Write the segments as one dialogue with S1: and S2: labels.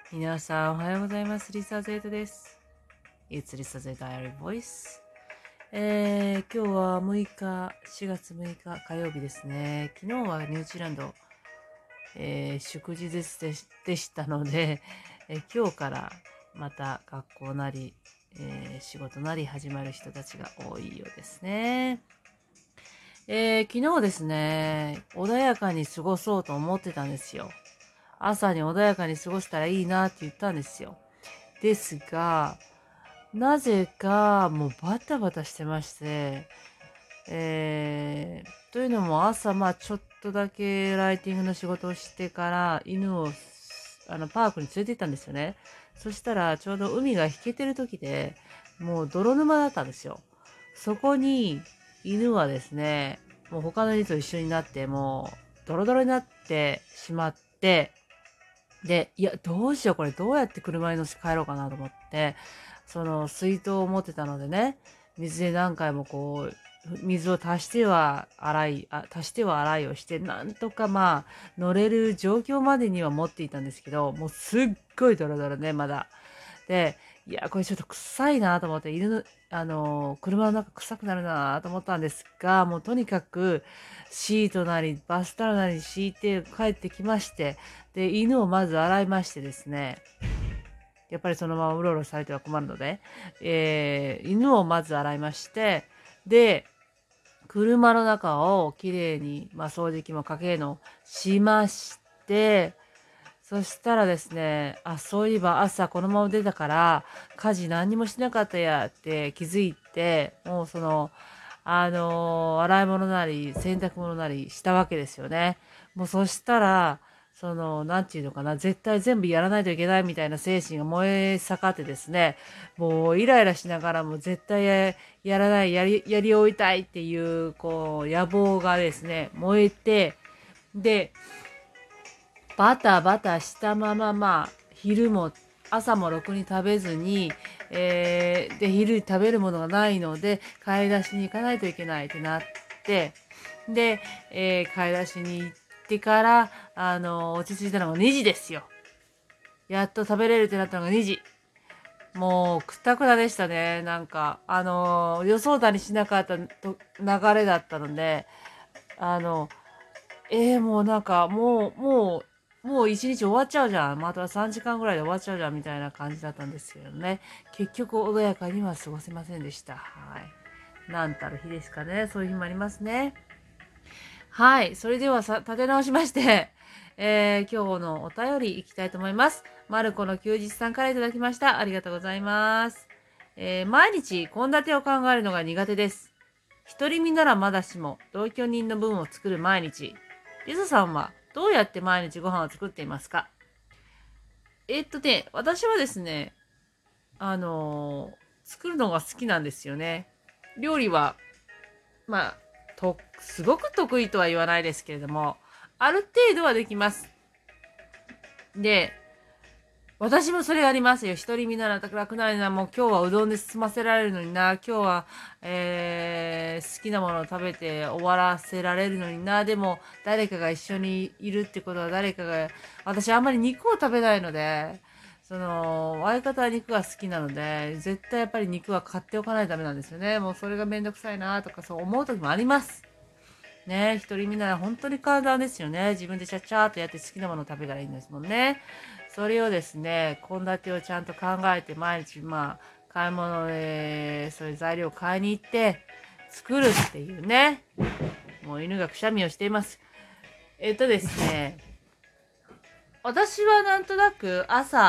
S1: 皆さんおはようございます。リサ・ゼータです。It's Lisa the Diary Voice。今日は4月6日火曜日ですね。昨日はニュージーランド、祝日でしたので、今日からまた学校なり、仕事なり始まる人たちが多いようですね。昨日ですね、穏やかに過ごそうと思ってたんですよ。朝に穏やかに過ごせたらいいなって言ったんですよ。ですが、なぜかもうバタバタしてまして、というのも朝、ちょっとだけライティングの仕事をしてから犬をパークに連れて行ったんですよね。そしたらちょうど海が引けてる時で、もう泥沼だったんですよ。そこに犬はですね、もう他の犬と一緒になって、もうドロドロになってしまって、で、いや、どうしよう、これどうやって車に乗せて帰ろうかなと思って、その水筒を持ってたのでね、水で何回もこう、水を足しては洗いをして、なんとか乗れる状況までには持っていたんですけど、もうすっごいドロドロね、まだ。で、いや、これちょっと臭いなと思って、車の中臭くなるなと思ったんですが、もうとにかくシートなりバスタオルなり敷いて帰ってきまして、で、犬をまず洗いましてですね、やっぱりそのままうろうろされては困るので、犬をまず洗いまして、で、車の中をきれいに、掃除機もかけるのしまして、そしたらですね、そういえば朝このまま出たから、家事何にもしなかったやって気づいて、もう洗い物なり、洗濯物なりしたわけですよね。もうそしたら、なんていうのかな、絶対全部やらないといけないみたいな精神が燃え盛ってですね、もうイライラしながらも絶対やらない、やり終えたいっていう、野望がですね、燃えて、で、バタバタしたまま、昼も朝もろくに食べずに、で、昼に食べるものがないので、買い出しに行かないといけないってなって、で、買い出しに行ってから、落ち着いたのが2時ですよ。やっと食べれるってなったのが2時。もう、くたくたでしたね。なんか、予想だにしなかった流れだったので、あの、もうなんか、もう一日終わっちゃうじゃん。また3時間ぐらいで終わっちゃうじゃんみたいな感じだったんですけどね。結局穏やかには過ごせませんでした。はい。なんたる日ですかね。そういう日もありますね。はい。それでは立て直しまして、今日のお便りいきたいと思います。マルコの休日さんからいただきました。ありがとうございます。毎日献立を考えるのが苦手です。独り身ならまだしも、同居人の分を作る毎日。リゾさんはどうやって毎日ご飯を作っていますか？私はですね、作るのが好きなんですよね。料理は、すごく得意とは言わないですけれども、ある程度はできます。で、私もそれありますよ。一人身なら楽なるな。もう今日はうどんで済ませられるのにな。今日は、好きなものを食べて終わらせられるのにな。でも、誰かが一緒にいるってことは私あんまり肉を食べないので、相方は肉が好きなので、絶対やっぱり肉は買っておかないとダメなんですよね。もうそれがめんどくさいなとかそう思う時もあります。ね、一人身なら本当に簡単ですよね。自分でちゃっちゃーっとやって好きなものを食べたらいいんですもんね。それをですね、献立をちゃんと考えて毎日買い物でそういう材料を買いに行って作るっていうね。もう犬がくしゃみをしています。ですね、私はなんとなく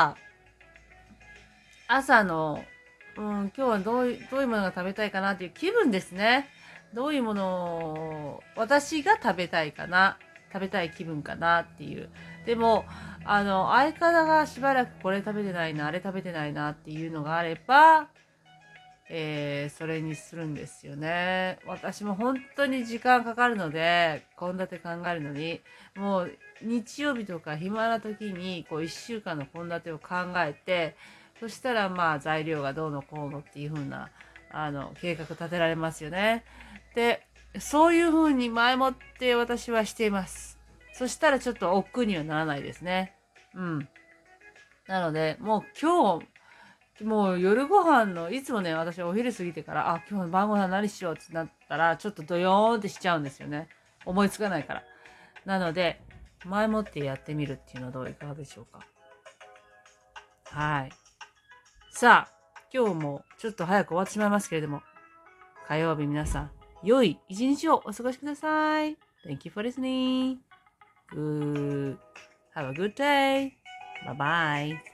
S1: 朝の、今日はどういうものが食べたいかなっていう気分ですね。どういうものを私が食べたい気分かなっていう。でも、相方がしばらくこれ食べてないな、あれ食べてないなっていうのがあれば、それにするんですよね。私も本当に時間かかるので、献立考えるのに、もう日曜日とか暇な時に、1週間の献立を考えて、そしたら材料がどうのこうのっていう風な、計画立てられますよね。で、そういう風に前もって私はしています。そしたらちょっと億劫にはならないですね。うん。 なので、もう今日、もう夜ご飯の、いつもね、私お昼過ぎてから、あ、今日の晩ご飯何しようってなったら、ちょっとドヨーンってしちゃうんですよね。思いつかないから。なので、前もってやってみるっていうのはどういかがでしょうか。はい。さあ、今日もちょっと早く終わってしまいますけれども、火曜日皆さん、良い一日をお過ごしください。Thank you for listening. Have a good day. Bye bye.